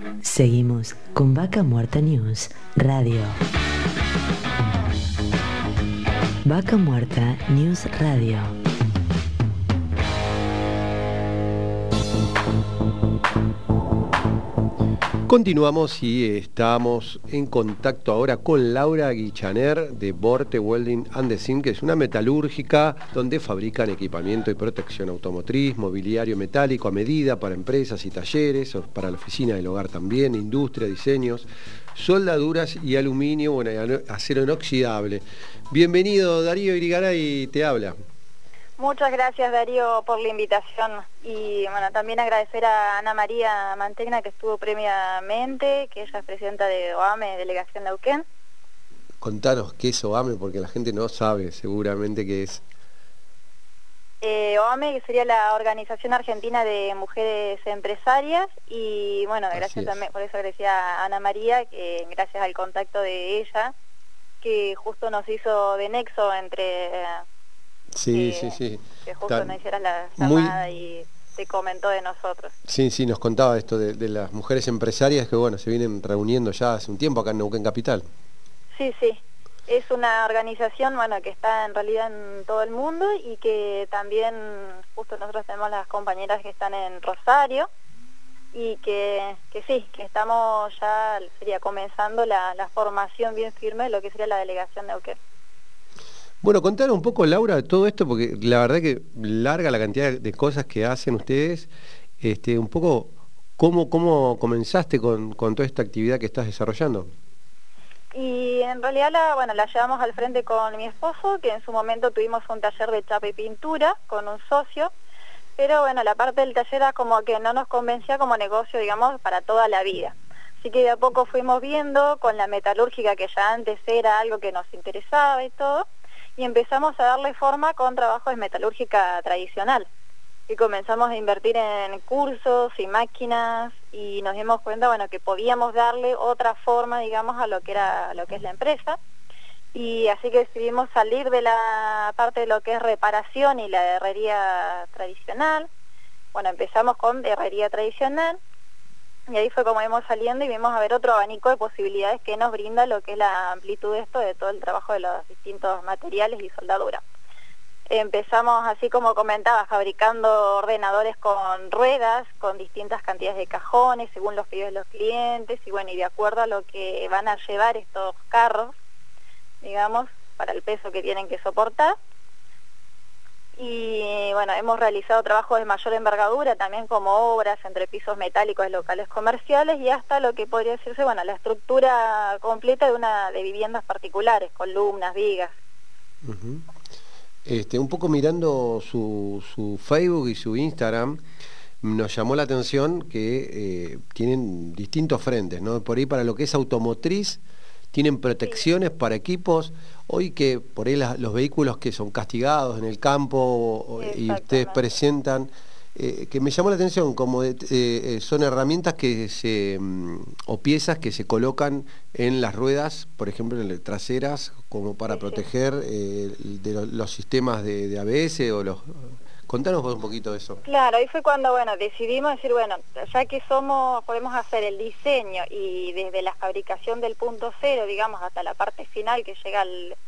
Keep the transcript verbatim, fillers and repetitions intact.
Seguimos con Vaca Muerta News Radio. Vaca Muerta News Radio. Continuamos y estamos en contacto ahora con Laura Guichaner de Borte Welding and Design, que es una metalúrgica donde fabrican equipamiento y protección automotriz, mobiliario metálico a medida para empresas y talleres, para la oficina del hogar también, industria, diseños, soldaduras y aluminio, bueno, y acero inoxidable. Bienvenido, Darío Irigaray te habla. Muchas gracias, Darío, por la invitación, y bueno, también agradecer a Ana María Mantegna, que estuvo previamente, que ella es presidenta de O A M E, Delegación Neuquén. Contanos qué es O A M E, porque la gente no sabe seguramente qué es. Eh, O A M E sería la Organización Argentina de Mujeres Empresarias, y bueno, gracias también, por eso agradecía a Ana María, que gracias al contacto de ella, que justo nos hizo de nexo entre... Eh, Sí, que, sí, sí. Que justo Tan, no hicieras la llamada muy... y te comentó de nosotros. Sí, sí, nos contaba esto de, de las mujeres empresarias que, bueno, se vienen reuniendo ya hace un tiempo acá en Neuquén Capital. Sí, sí. Es una organización, bueno, que está en realidad en todo el mundo, y que también, justo nosotros tenemos las compañeras que están en Rosario, y que, que sí, que estamos ya, sería comenzando la, la formación bien firme de lo que sería la delegación de Neuquén. Bueno, contar un poco, Laura, de todo esto, porque la verdad que larga la cantidad de cosas que hacen ustedes, este, un poco cómo, cómo comenzaste con, con toda esta actividad que estás desarrollando. Y en realidad la, bueno, la llevamos al frente con mi esposo, que en su momento tuvimos un taller de chapa y pintura con un socio, pero bueno, la parte del taller era como que no nos convencía como negocio, digamos, para toda la vida. Así que de a poco fuimos viendo con la metalúrgica, que ya antes era algo que nos interesaba y todo, y empezamos a darle forma con trabajos de metalúrgica tradicional. Y comenzamos a invertir en cursos y máquinas, y nos dimos cuenta, bueno, que podíamos darle otra forma, digamos, a lo que era, lo que es la empresa. Y así que decidimos salir de la parte de lo que es reparación y la herrería tradicional. Bueno, empezamos con herrería tradicional, y ahí fue como íbamos saliendo y vimos a ver otro abanico de posibilidades que nos brinda lo que es la amplitud de esto, de todo el trabajo de los distintos materiales y soldadura. Empezamos, así como comentaba, fabricando ordenadores con ruedas, con distintas cantidades de cajones, según los pedidos de los clientes, y bueno, y de acuerdo a lo que van a llevar estos carros, digamos, para el peso que tienen que soportar. Y bueno, hemos realizado trabajos de mayor envergadura, también como obras entre pisos metálicos de locales comerciales, y hasta lo que podría decirse, bueno, la estructura completa de una de viviendas particulares, columnas, vigas. Uh-huh. Este, un poco mirando su, su Facebook y su Instagram, nos llamó la atención que eh, tienen distintos frentes, ¿no? Por ahí para lo que es automotriz, tienen protecciones, sí, para equipos. Hoy que por ahí la, los vehículos que son castigados en el campo y ustedes presentan, eh, que me llamó la atención, como de, eh, son herramientas que se, o piezas que se colocan en las ruedas, por ejemplo, en las traseras, como para sí, proteger eh, de los, los sistemas de, de A B S o los... Contanos vos un poquito de eso. Claro, ahí fue cuando, bueno, decidimos decir, bueno, ya que somos, podemos hacer el diseño y desde la fabricación del punto cero, digamos, hasta la parte final que llega al,